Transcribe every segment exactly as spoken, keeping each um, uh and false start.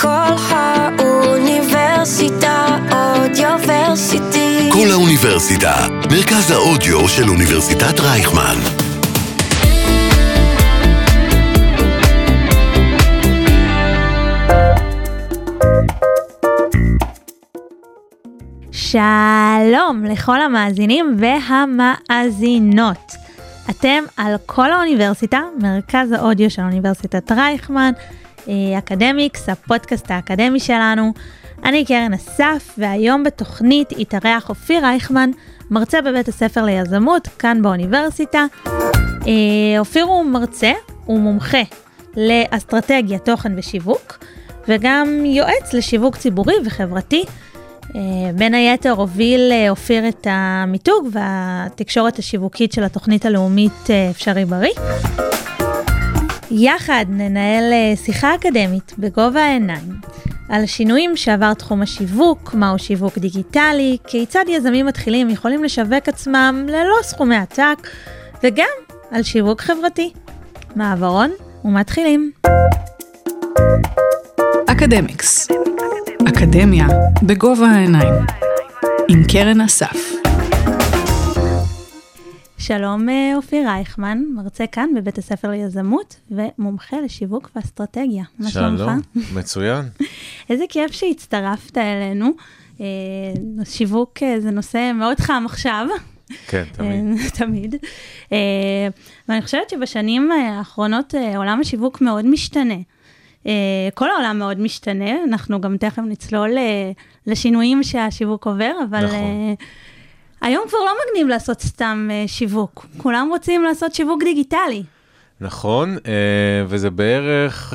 כל האוניברסיטה אודיוורסיטי. כל האוניברסיטה, מרכז האודיו של אוניברסיטת רייכמן. שלום לכל המאזינים והמאזינות. אתם על כל האוניברסיטה, מרכז האודיו של אוניברסיטת רייכמן, אקדמיקס, הפודקאסט האקדמי שלנו. אני קרן אסף, והיום בתוכנית התארח אופיר רייכמן, מרצה בבית הספר ליזמות, כאן באוניברסיטה. אופיר הוא מרצה, הוא מומחה לאסטרטגיה, תוכן ושיווק, וגם יועץ לשיווק ציבורי וחברתי. בין היתר הוביל אופיר את המיתוג והתקשורת השיווקית של התוכנית הלאומית אפשרי בריא. יחד ננהל שיחה אקדמית בגובה העיניים על השינויים שעבר תחום השיווק, מהו שיווק דיגיטלי, כיצד יזמים מתחילים יכולים לשווק עצמם ללא סכומי עתק, וגם על שיווק חברתי. מעברון ומתחילים. אקדמיקס, אקדמיה בגובה העיניים, עם קרן אסף. שלום אופיר רייכמן, מרצה כאן בבית הספר ליזמות ומומחה לשיווק ואסטרטגיה. שלום, מצוין. איזה כיף שהצטרפת אלינו. שיווק זה נושא מאוד חם עכשיו. כן, תמיד. תמיד. ואני חושבת שבשנים האחרונות עולם השיווק מאוד משתנה. כל העולם מאוד משתנה, אנחנו גם תכף נצלול לשינויים שהשיווק עובר, אבל נכון. היום כבר לא מגניב לעשות סתם שיווק, כולם רוצים לעשות שיווק דיגיטלי. נכון, וזה בערך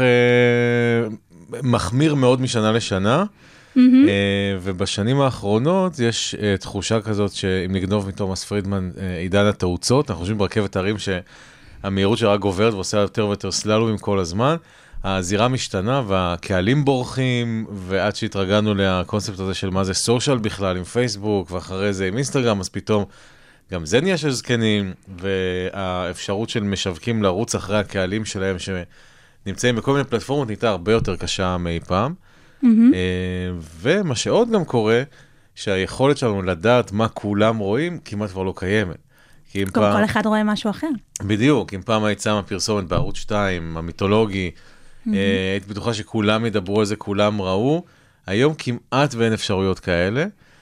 מחמיר מאוד משנה לשנה, mm-hmm. ובשנים האחרונות יש תחושה כזאת שאם נגנוב מתומאס פרידמן עידן התאוצות, אנחנו חושבים ברכבת הרים שהמהירות שרק גוברת ועושה יותר ויותר סללומים כל הזמן, הזירה משתנה והקהלים בורחים, ועד שהתרגלנו לקונספט הזה של מה זה סושיאל בכלל עם פייסבוק, ואחרי זה עם אינסטגרם, אז פתאום גם זה נהיה של זקנים, והאפשרות של משווקים לרוץ אחרי הקהלים שלהם שנמצאים בכל מיני פלטפורמות נהייתה הרבה יותר קשה מאי פעם. Mm-hmm. ומה שעוד גם קורה, שהיכולת שלנו לדעת מה כולם רואים כמעט כבר לא קיימת. גם פעם... כל אחד רואה משהו אחר. בדיוק, אם פעם היית שמה פרסומת בערוץ שתיים, המיתולוגי, היית בטוחה שכולם ידברו על זה, כולם ראו. היום כמעט ואין אפשרויות כאלה,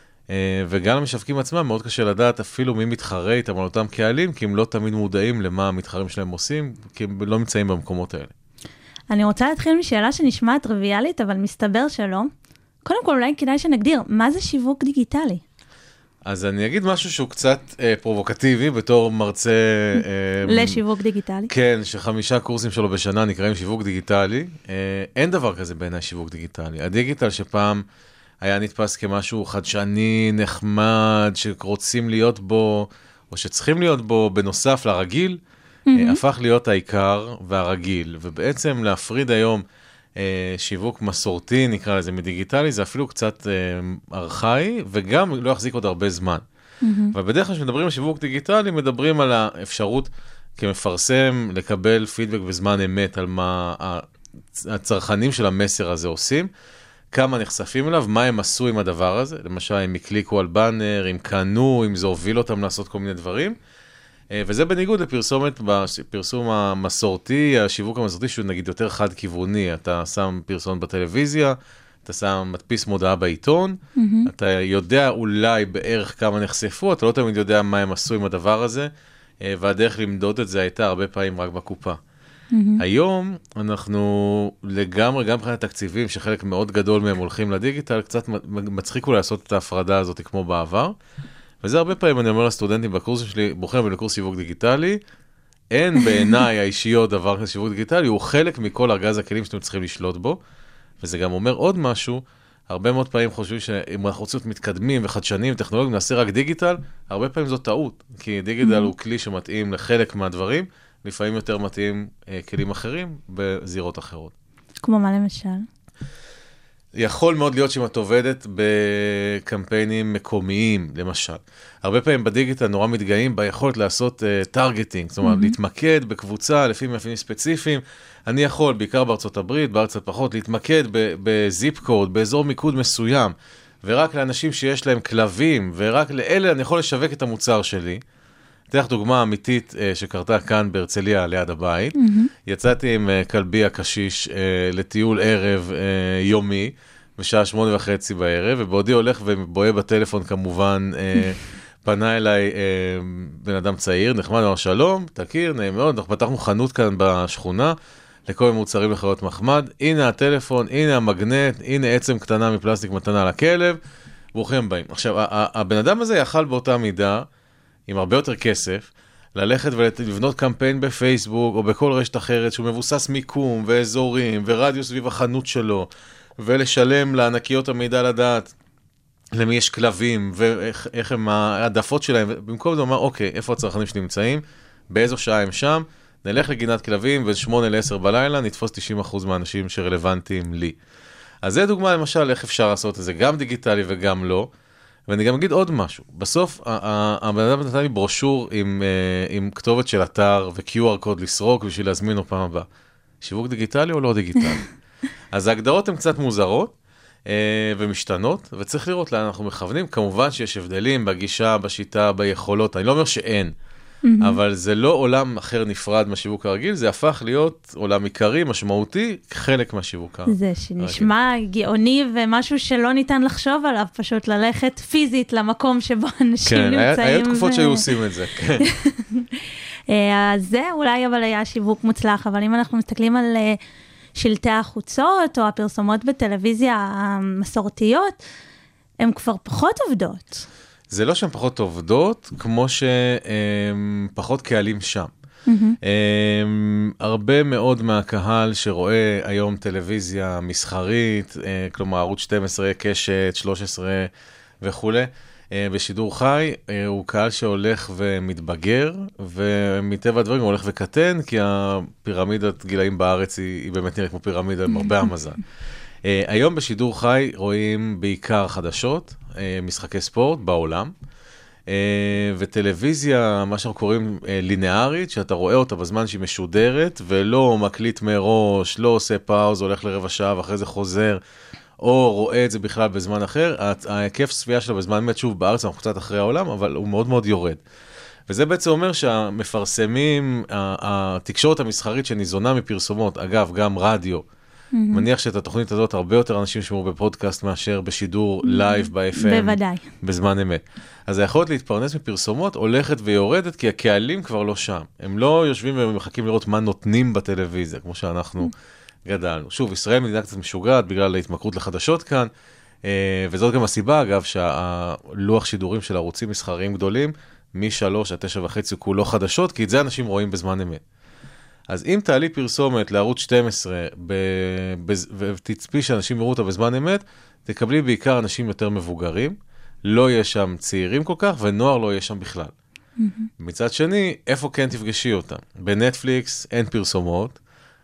וגם המשווקים עצמם מאוד קשה לדעת אפילו מי מתחרה איתם על אותם קהלים, כי הם לא תמיד מודעים למה המתחרים שלהם עושים, כי הם לא נמצאים במקומות האלה. אני רוצה להתחיל משאלה שנשמעת טריוויאלית, אבל מסתבר שלא. קודם כל אולי כדאי שנגדיר, מה זה שיווק דיגיטלי? אז אני אגיד משהו שהוא קצת אה, פרובוקטיבי, בתור מרצה... אה, לשיווק דיגיטלי. כן, שחמישה קורסים שלו בשנה נקראים שיווק דיגיטלי. אה, אין דבר כזה בעיניי שיווק דיגיטלי. הדיגיטל שפעם היה נתפס כמשהו חדשני, נחמד, שרוצים להיות בו, או שצריכים להיות בו בנוסף לרגיל, mm-hmm. אה, הפך להיות העיקר והרגיל. ובעצם להפריד היום אה, שיווק מסורתי, נקרא לזה מדיגיטלי, זה אפילו קצת אה, ארכאי, וגם לא יחזיק עוד הרבה זמן. Mm-hmm. ובדרך כלל שמדברים על שיווק דיגיטלי, מדברים על האפשרות כמפרסם לקבל פידבק בזמן אמת על מה הצרכנים של המסר הזה עושים, כמה נחשפים אליו, מה הם עשו עם הדבר הזה, למשל אם יקליקו על בנר, אם קנו, אם זה הוביל אותם לעשות כל מיני דברים, וזה בניגוד לפרסומת, בפרסום המסורתי, השיווק המסורתי שהוא נגיד יותר חד-כיווני, אתה שם פרסומת בטלוויזיה, אתה שם מדפיס מודעה בעיתון, mm-hmm. אתה יודע אולי בערך כמה נחשפו, אתה לא תמיד יודע מה הם עשו עם הדבר הזה, והדרך למדוד את זה הייתה הרבה פעמים רק בקופה. Mm-hmm. היום אנחנו לגמרי, גם מבחינת תקציבים, שחלק מאוד גדול מהם הולכים לדיגיטל, קצת מצחיקו לעשות את ההפרדה הזאת כמו בעבר, וזה הרבה פעמים אני אומר לסטודנטים בקורסים שלי, בוחרים בקורס שיווק דיגיטלי, אין בעיניי האישיות דבר כזה שיווק דיגיטלי, הוא חלק מכל ארגז הכלים שאתם צריכים לשלוט בו, וזה גם אומר עוד משהו, הרבה מאוד פעמים חושבים שאם אנחנו רוצים להיות מתקדמים וחדשנים וטכנולוגיים, נעשה רק דיגיטל, הרבה פעמים זו טעות, כי דיגיטל הוא כלי שמתאים לחלק מהדברים, לפעמים יותר מתאים כלים אחרים בזירות אחרות. כמו מה למשל? יכול מאוד להיות שאם את עובדת בקמפיינים מקומיים, למשל. הרבה פעמים בדיגיטל נורא מתגאים ביכולת לעשות טרגטינג, uh, זאת אומרת, mm-hmm. להתמקד בקבוצה לפי מאפיינים ספציפיים. אני יכול, בעיקר בארצות הברית, בארצות פחות, להתמקד בזיפ קוד, באזור מיקוד מסוים, ורק לאנשים שיש להם כלבים, ורק לאלה אני יכול לשווק את המוצר שלי. אתן לך דוגמה אמיתית uh, שקרתה כאן בהרצליה ליד הבית. Mm-hmm. יצאתי עם uh, כלבי הקשיש uh, לטיול ערב uh, יומי, בשעה שמונה וחצי בערב, ובעודי הולך ובואה בטלפון כמובן, uh, פנה אליי uh, בן אדם צעיר, נחמד, אמר שלום, תכיר, נעים מאוד, אנחנו פתחנו חנות כאן בשכונה, לכל מוצרים לחיות מחמד, הנה הטלפון, הנה המגנט, הנה עצם קטנה מפלסטיק מתנה לכלב, ברוכים באים. עכשיו, הבן אדם הזה יכל באותה מידה, עם הרבה יותר כסף, ללכת ולבנות קמפיין בפייסבוק, או בכל רשת אחרת, שהוא מבוסס מיקום, ואזורים, ורדיו סביב החנות שלו, ולשלם לענקיות המידע לדעת, למי יש כלבים, ואיך הם העדפות שלהם, ובמקום זה אומר, אוקיי, איפה הצרכנים שנמצאים, באיזו שעה הם שם, נלך לגינת כלבים, בין שמונה לעשר בלילה, נתפוס תשעים אחוז מהאנשים שרלוונטיים לי. אז זה דוגמה למשל, איך אפשר לעשות את זה, גם דיגיטלי וגם לא, ואני גם אגיד עוד משהו. בסוף, הבן אדם נתן לי ברושור עם, עם כתובת של אתר ו-קיו אר קוד לסרוק בשביל להזמין לו פעם הבאה. שיווק דיגיטלי או לא דיגיטלי? אז ההגדרות הן קצת מוזרות ומשתנות, וצריך לראות לאן אנחנו מכוונים. כמובן שיש הבדלים בגישה, בשיטה, ביכולות. אני לא אומר שאין, אבל זה לא עולם אחר נפרד מהשיווק הרגיל, זה הפך להיות עולם עיקרי, משמעותי, חלק מהשיווק הרגיל. זה שנשמע גאוני ומשהו שלא ניתן לחשוב עליו, פשוט ללכת פיזית למקום שבו אנשים נמצאים. כן, היה תקופות שהיו עושים את זה, כן. אז זה אולי אבל היה שיווק מוצלח, אבל אם אנחנו מסתכלים על שלטי החוצות, או הפרסומות בטלוויזיה המסורתיות, הן כבר פחות עובדות. זה לא שהן פחות עובדות, כמו שהן פחות קהלים שם. Mm-hmm. הרבה מאוד מהקהל שרואה היום טלוויזיה מסחרית, כלומר ערוץ שתים עשרה, קשת, שלוש עשרה וכו', בשידור חי, הוא קהל שהולך ומתבגר, ומטבע הדברים הוא הולך וקטן, כי הפירמידת גילאים בארץ היא, היא באמת נראית כמו פירמידה עם הרבה המזל. היום בשידור חי רואים בעיקר חדשות, משחקי ספורט בעולם, וטלוויזיה, מה שאנחנו קוראים לינארית, שאתה רואה אותה בזמן שהיא משודרת, ולא מקליט מראש, לא עושה פאוז, הולך לרבע שעה ואחרי זה חוזר, או רואה את זה בכלל בזמן אחר. ההיקף צפייה שלה בזמן אמת, שוב בארץ, אנחנו קצת אחרי העולם, אבל הוא מאוד מאוד יורד. וזה בעצם אומר שהמפרסמים, התקשורת המסחרית שניזונה מפרסומות, אגב, גם רדיו, מניח שאת התוכנית הזאת הרבה יותר אנשים שמעו בפודקאסט מאשר בשידור לייב ב-אף אם. בוודאי. בזמן אמת. אז היכולת להתפרנס מפרסומות הולכת ויורדת, כי הקהלים כבר לא שם. הם לא יושבים ומחכים לראות מה נותנים בטלוויזיה, כמו שאנחנו גדלנו. שוב, ישראל מדינה קצת משוגעת בגלל ההתמכרות לחדשות כאן, וזאת גם הסיבה, אגב, שהלוח שידורים של ערוצים מסחריים גדולים, משלוש עד תשע וחצי כולו חדשות, כי את זה אנשים רואים בזמן אמת. אז אם תעלי פרסומת לערוץ שתים עשרה ותצפי שאנשים יראו אותה בזמן אמת, תקבלי בעיקר אנשים יותר מבוגרים, לא יהיה שם צעירים כל כך, ונוער לא יהיה שם בכלל. Mm-hmm. מצד שני, איפה כן תפגשי אותה? בנטפליקס אין פרסומות,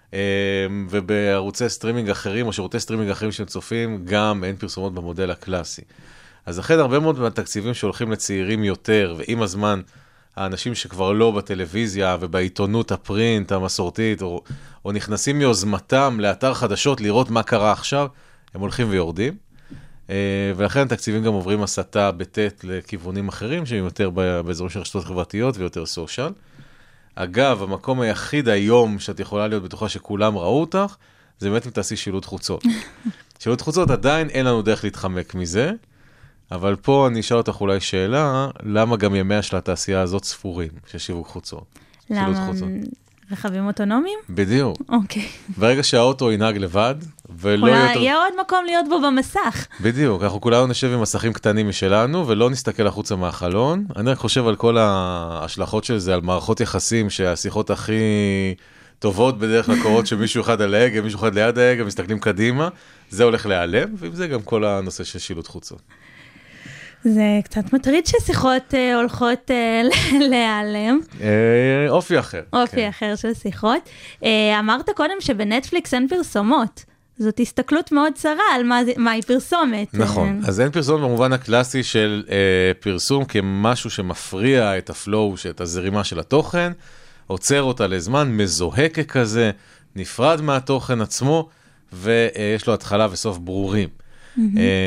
ובערוצי סטרימינג אחרים, או שירותי סטרימינג אחרים שהם צופים, גם אין פרסומות במודל הקלאסי. אז לכן הרבה מאוד מהתקציבים שהולכים לצעירים יותר, ועם הזמן, האנשים שכבר לא בטלוויזיה ובעיתונות הפרינט המסורתית, או, או נכנסים מיוזמתם לאתר חדשות לראות מה קרה עכשיו, הם הולכים ויורדים. ולכן התקציבים גם עוברים הסתה בטט לכיוונים אחרים, שהם יותר באזורים של רשתות חברתיות ויותר סושיאל. אגב, המקום היחיד היום שאת יכולה להיות בטוחה שכולם ראו אותך, זה באמת אם תעשי שילוט חוצות. שילוט חוצות עדיין אין לנו דרך להתחמק מזה, אבל פה אני אשאל אותך אולי שאלה, למה גם ימיה של התעשייה הזאת ספורים, של שיווק חוצות? למה? רכבים אוטונומיים? בדיוק. אוקיי. ברגע שהאוטו ינהג לבד, ולא אולי יהיה... יהיה עוד מקום להיות בו במסך. בדיוק, אנחנו כולנו נשב עם מסכים קטנים משלנו, ולא נסתכל החוצה מהחלון. אני רק חושב על כל ההשלכות של זה, על מערכות יחסים, שהשיחות הכי טובות בדרך כלל קורות שמישהו אחד על ההגה, מישהו אחד ליד ההגה, מסתכלים קדימה, זה הולך להיעלם, ועם זה גם כל הנושא של שילוט חוצות. זה קצת מטריד ששיחות אה, הולכות אה, להיעלם. אה, אופי אחר. אופי כן. אחר של שיחות. אה, אמרת קודם שבנטפליקס אין פרסומות. זאת הסתכלות מאוד צרה על מה, מהי פרסומת. נכון, אז אין פרסומת במובן הקלאסי של אה, פרסום כמשהו שמפריע את הפלואו, את הזרימה של התוכן, עוצר אותה לזמן, מזוהה ככזה, נפרד מהתוכן עצמו, ויש לו התחלה וסוף ברורים. Mm-hmm.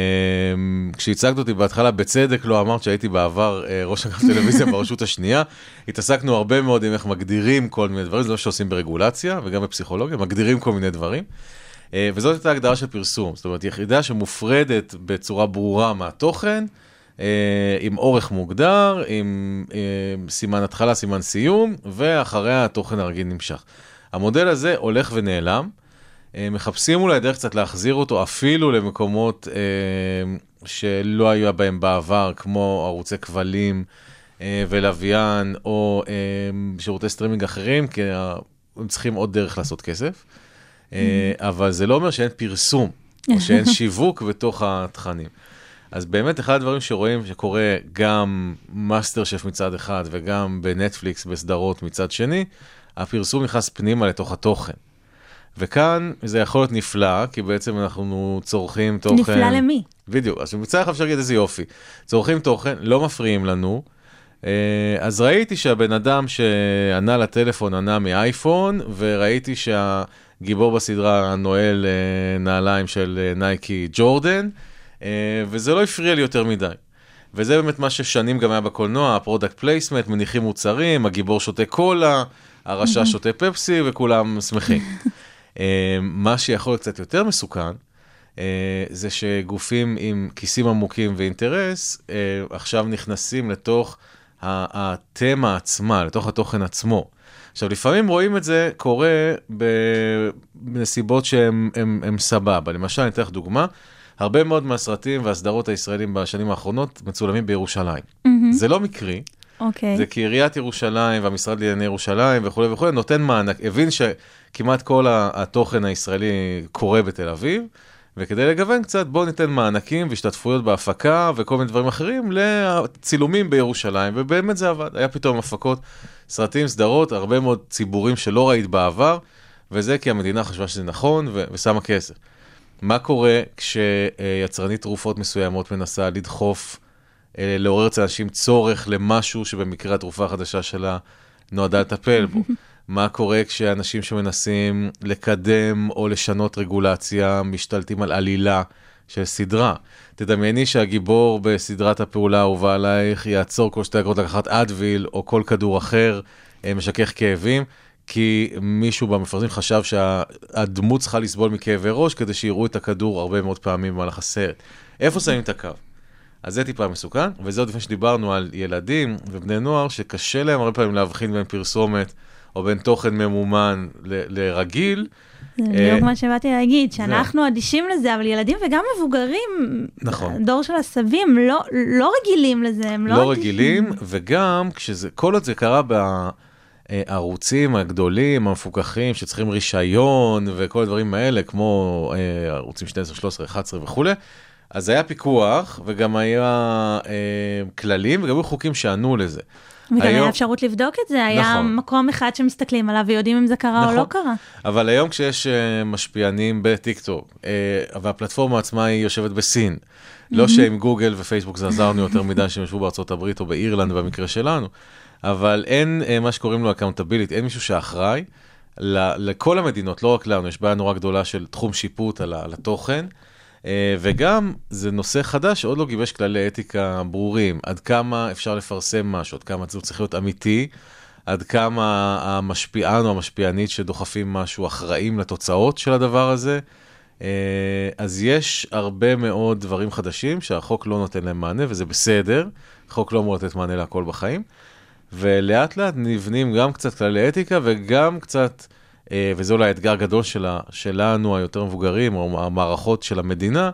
כשהצגת אותי בהתחלה, בצדק לא אמרת שהייתי בעבר ראש אגף טלוויזיה ברשות השנייה, התעסקנו הרבה מאוד עם איך מגדירים כל מיני דברים, זה לא שעושים ברגולציה וגם בפסיכולוגיה, מגדירים כל מיני דברים, וזאת הייתה הגדרה של פרסום, זאת אומרת, יחידה שמופרדת בצורה ברורה מהתוכן, עם אורך מוגדר, עם סימן התחלה, סימן סיום, ואחריה התוכן הרגיל נמשך. המודל הזה הולך ונעלם, מחפשים אולי דרך קצת להחזיר אותו אפילו למקומות שלא היו בהם בעבר, כמו ערוצי כבלים ולוויין, או שירותי סטרימינג אחרים, כי הם צריכים עוד דרך לעשות כסף. אבל זה לא אומר שאין פרסום, או שאין שיווק בתוך התכנים. אז באמת אחד הדברים שרואים שקורה גם מאסטר שף מצד אחד, וגם בנטפליקס בסדרות מצד שני, הפרסום נכנס פנימה לתוך התוכן. וכאן זה יכול להיות נפלא, כי בעצם אנחנו צורכים תוכן... נפלא למי? בדיוק, אז מצד אחד אפשר להגיד איזה יופי. צורכים תוכן, לא מפריעים לנו, אז ראיתי שהבן אדם שענה לטלפון ענה מאייפון, וראיתי שהגיבור בסדרה נועל נעליים של נייקי ג'ורדן, וזה לא הפריע לי יותר מדי. וזה באמת מה ששנים גם היה בקולנוע, הפרודקט פלייסמנט, מניחים מוצרים, הגיבור שותה קולה, הרשע שותה פפסי, וכולם שמחים. מה שיכול להיות קצת יותר מסוכן, זה שגופים עם כיסים עמוקים ואינטרס, עכשיו נכנסים לתוך התמה עצמה, לתוך התוכן עצמו. עכשיו, לפעמים רואים את זה קורה בנסיבות שהן הם, הם סבבה. למשל, אני אתן לך דוגמה, הרבה מאוד מהסרטים והסדרות הישראלים בשנים האחרונות מצולמים בירושלים. Mm-hmm. זה לא מקרי. Okay. זה כי עיריית ירושלים והמשרד לענייני ירושלים וכו' וכו' נותן מענק. הבין שכמעט כל התוכן הישראלי קורה בתל אביב, וכדי לגוון קצת, בואו ניתן מענקים והשתתפויות בהפקה וכל מיני דברים אחרים לצילומים בירושלים, ובאמת זה עבד. היה פתאום הפקות, סרטים, סדרות, הרבה מאוד ציבורים שלא ראית בעבר, וזה כי המדינה חשבה שזה נכון ו- ושמה כסף. מה קורה כשיצרנית תרופות מסוימות מנסה לדחוף, לעורר אצל אנשים צורך למשהו שבמקרה התרופה החדשה שלה נועדה לטפל בו? מה קורה כשאנשים שמנסים לקדם או לשנות רגולציה משתלטים על עלילה של סדרה? תדמייני שהגיבור בסדרת הפעולה האהובה עלייך יעצור כל שתי אגרות לקחת אדוויל או כל כדור אחר משכך כאבים, כי מישהו במפרסמים חשב שהדמות צריכה לסבול מכאבי ראש כדי שיראו את הכדור הרבה מאוד פעמים במהלך הסרט. איפה שמים את הקו? אז זה טיפה מסוכן, וזה עוד לפני שדיברנו על ילדים ובני נוער שקשה להם הרבה פעמים להבחין בין פרסומת או בין תוכן ממומן ל- לרגיל. זה בדיוק מה שבאתי להגיד, שאנחנו אדישים לזה, אבל ילדים וגם מבוגרים, נכון. דור של הסבים, לא, לא רגילים לזה, הם לא, לא רגילים, וגם כשזה, כל עוד זה קרה בערוצים הגדולים, המפוקחים, שצריכים רישיון וכל הדברים האלה, כמו ערוצים שתים עשרה, שלוש עשרה, אחת עשרה וכו', אז היה פיקוח, וגם היה כללים, וגם היו חוקים שענו לזה. וגם היום... היה אפשרות לבדוק את זה, היה נכון. מקום אחד שמסתכלים עליו ויודעים אם זה קרה נכון. או לא קרה. אבל היום כשיש משפיענים בטיקטוק, והפלטפורמה עצמה היא יושבת בסין, לא שעם גוגל ופייסבוק זה עזרנו יותר מדי שהם ישבו בארצות הברית או באירלנד במקרה שלנו, אבל אין מה שקוראים לו accountability, אין מישהו שאחראי לכל המדינות, לא רק לנו, יש בעיה נורא גדולה של תחום שיפוט על התוכן, וגם זה נושא חדש שעוד לא גיבש כללי אתיקה ברורים, עד כמה אפשר לפרסם משהו, עד כמה זה צריך להיות אמיתי, עד כמה המשפיען או המשפיענית שדוחפים משהו אחראים לתוצאות של הדבר הזה. אז יש הרבה מאוד דברים חדשים שהחוק לא נותן להם מענה, וזה בסדר, החוק לא אמור לתת מענה להכל בחיים, ולאט לאט נבנים גם קצת כללי אתיקה וגם קצת... וזה אולי האתגר גדול שלה, שלנו, היותר מבוגרים, או המערכות של המדינה,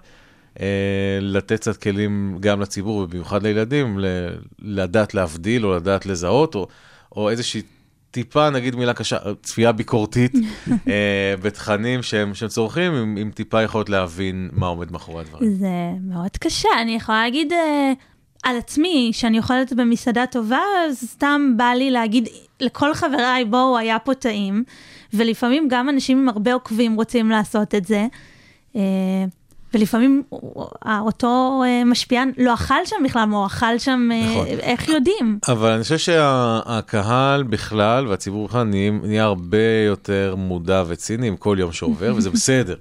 לתת קצת כלים גם לציבור, ובמיוחד לילדים, לדעת להבדיל, או לדעת לזהות, או, או איזושהי טיפה, נגיד מילה קשה, צפייה ביקורתית, בתכנים שהם, שהם צורכים, עם, עם טיפה יכולת להבין מה עומד מאחורי הדברים. זה מאוד קשה, אני יכולה להגיד... על עצמי, שאני אוכלת במסעדה טובה, אז סתם בא לי להגיד לכל חבריי, בואו, היה פה טעים, ולפעמים גם אנשים עם הרבה עוקבים רוצים לעשות את זה, ולפעמים אותו משפיען לא אכל שם בכלל, או אכל שם, איך יודעים? אבל אני חושב שהקהל בכלל, והציבור בכלל נהיה הרבה יותר מודע וציני עם כל יום שעובר, וזה בסדר.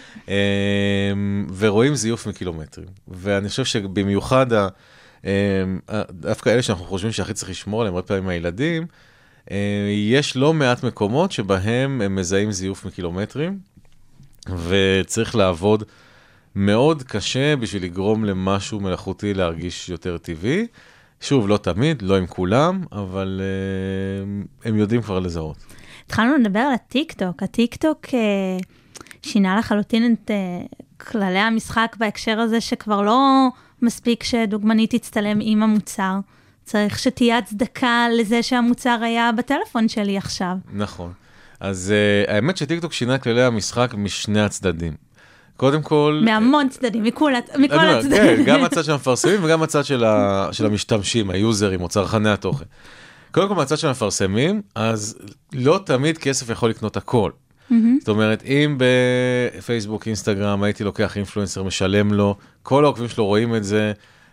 ורואים זיוף מקילומטרים. ואני חושב שבמיוחד, דווקא אלה שאנחנו חושבים שהכי צריך לשמור עליהם, הרבה פעמים הילדים, יש לא מעט מקומות שבהם הם מזהים זיוף מקילומטרים, וצריך לעבוד מאוד קשה בשביל לגרום למשהו מלאכותי להרגיש יותר טבעי. שוב, לא תמיד, לא עם כולם, אבל uh, הם יודעים כבר לזהות. התחלנו לדבר על הטיק-טוק. הטיק-טוק uh, שינה לחלוטין את uh, כללי המשחק בהקשר הזה, שכבר לא מספיק שדוגמנית תצטלם עם המוצר. צריך שתהיה הצדקה לזה שהמוצר היה בטלפון שלי עכשיו. נכון. אז uh, האמת שטיק-טוק שינה כללי המשחק משני הצדדים. קודם כל... מהמון צדדים, מכל הצדדים. כן, גם הצד של המפרסמים וגם הצד של המשתמשים, היוזרים או צרכני התוכן. קודם כל, מהצד של המפרסמים, אז לא תמיד כסף יכול לקנות הכל. זאת אומרת, אם בפייסבוק, אינסטגרם, הייתי לוקח אינפלואנסר, משלם לו, כל העוקבים שלו רואים את זה,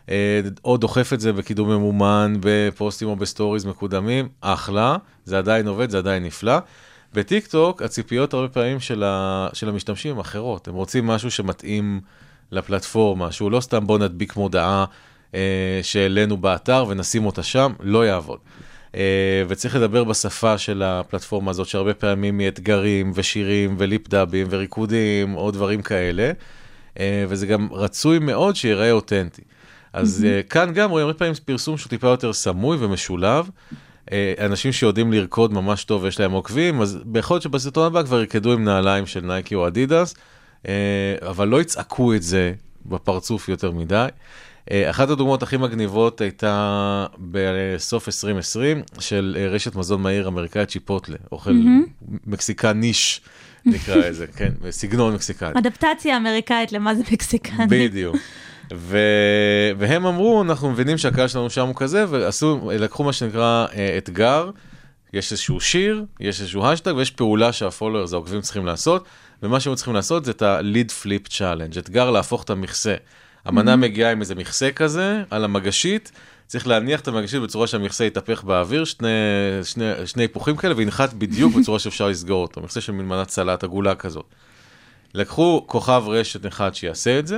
או דוחף את זה בקידום ממומן, בפוסטים או בסטוריז מקודמים, אחלה, זה עדיין עובד, זה עדיין נפלא. בטיק-טוק, הציפיות הרבה פעמים של, ה... של המשתמשים הם אחרות. הם רוצים משהו שמתאים לפלטפורמה, שהוא לא סתם בוא נדביק מודעה אה, שאלינו באתר ונשים אותה שם, לא יעבוד. אה, וצריך לדבר בשפה של הפלטפורמה הזאת, שהרבה פעמים היא אתגרים ושירים וליפ-דאבים וריקודים או דברים כאלה, אה, וזה גם רצוי מאוד שיראה אותנטי. אז אה, כאן גם רואים הרבה פעמים פרסום שהוא טיפה יותר סמוי ומשולב, אנשים שיודעים לרקוד ממש טוב ויש להם עוקבים, אז יכול להיות שבסרטון הבא כבר ירקדו עם נעליים של נייקי או אדידס, אבל לא יצעקו את זה בפרצוף יותר מדי. אחת הדוגמאות הכי מגניבות הייתה בסוף עשרים עשרים, של רשת מזון מהיר אמריקאית צ'יפוטלה, אוכל מקסיקן ניש, נקרא איזה, כן, סגנון מקסיקני. אדפטציה אמריקאית למה זה מקסיקני. בדיוק. ו... והם אמרו, אנחנו מבינים שהקהל שלנו שם הוא כזה, ועשו, לקחו מה שנקרא אה, אתגר, יש איזשהו שיר, יש איזשהו השטג, ויש פעולה שהפולוורס, העוקבים צריכים לעשות, ומה שהם צריכים לעשות זה את ה-lead flip challenge, אתגר להפוך את המכסה. המנה mm-hmm. מגיעה עם איזה מכסה כזה, על המגשית, צריך להניח את המגשית בצורה שהמכסה יתהפך באוויר, שני, שני, שני היפוכים כאלה, וינחת בדיוק בצורה שאפשר לסגור אותו, מכסה של מין מנת סלט עגולה כזאת. לקחו כוכב רשת אחד שיעשה את זה,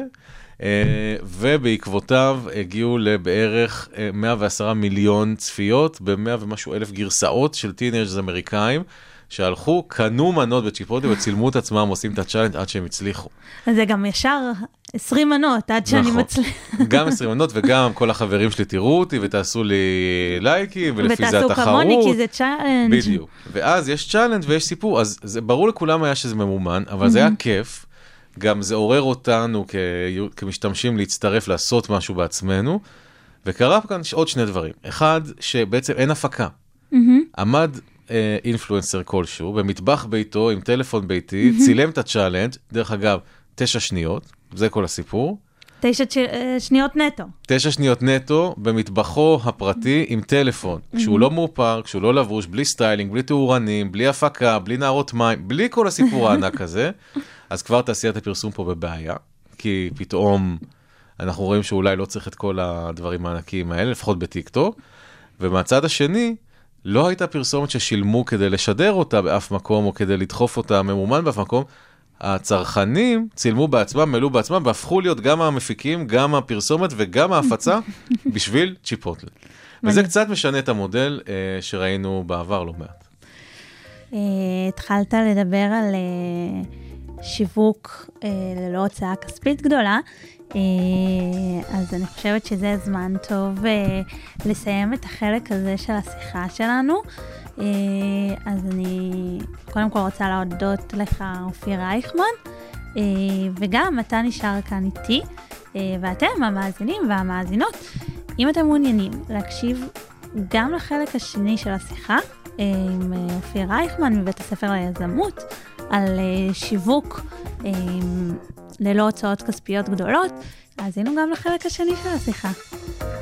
ובעקבותיו הגיעו לבערך מאה ועשרה מיליון צפיות, ב-מאה ומשהו אלף גרסאות של טינג'רס אמריקאים, שהלכו, קנו מנות בצ'יפוטלה וצילמו את עצמם, עושים את הצ'אלנג' עד שהם הצליחו. אז זה גם ישר עשרים מנות, עד שאני מצליח. גם עשרים מנות, וגם כל החברים שלי תראו אותי, ותעשו לי לייקים, ולפי זה התחרות. ותעשו כמוני, כי זה צ'אלנג'. בדיוק. ואז יש צ'אלנג' ויש סיפור, אז זה ברור לכולם היה שזה ממומן, אבל זה היה כיף. גם זה עורר אותנו כ... כמשתמשים להצטרף, לעשות משהו בעצמנו, וקרה כאן עוד שני דברים. אחד, שבעצם אין הפקה. Mm-hmm. עמד אה, אינפלואנסר כלשהו, במטבח ביתו, עם טלפון ביתי, mm-hmm. צילם את הצ'אלנג', דרך אגב, תשע שניות, זה כל הסיפור. תשע ש... שניות נטו. תשע שניות נטו, במטבחו הפרטי, עם טלפון. Mm-hmm. כשהוא לא מאופר, כשהוא לא לבוש, בלי סטיילינג, בלי תאורנים, בלי הפקה, בלי נערות מים, בלי כל הסיפור הענק הזה. אז כבר תעשיית הפרסום פה בבעיה, כי פתאום אנחנו רואים שאולי לא צריך את כל הדברים הענקיים האלה, לפחות בטיק-טוק, ומהצד השני, לא הייתה פרסומת ששילמו כדי לשדר אותה באף מקום, או כדי לדחוף אותה ממומן באף מקום, הצרכנים צילמו בעצמם, מלאו בעצמם, והפכו להיות גם המפיקים, גם הפרסומת וגם ההפצה, בשביל צ'יפוטלה. וזה קצת משנה את המודל שראינו בעבר לא מעט. התחלת לדבר על שיווק ללא הוצאה כספית גדולה, אז אני חושבת שזה זמן טוב לסיים את החלק הזה של השיחה שלנו. אז אני קודם כל רוצה להודות לך, אופיר רייכמן, וגם אתה נשאר כאן איתי, ואתם המאזינים והמאזינות, אם אתם מעוניינים להקשיב גם לחלק השני של השיחה עם אופיר רייכמן מבית הספר ליזמות, על שיווק ללא הוצאות כספיות גדולות, אז היינו גם לחלק השני של השיחה.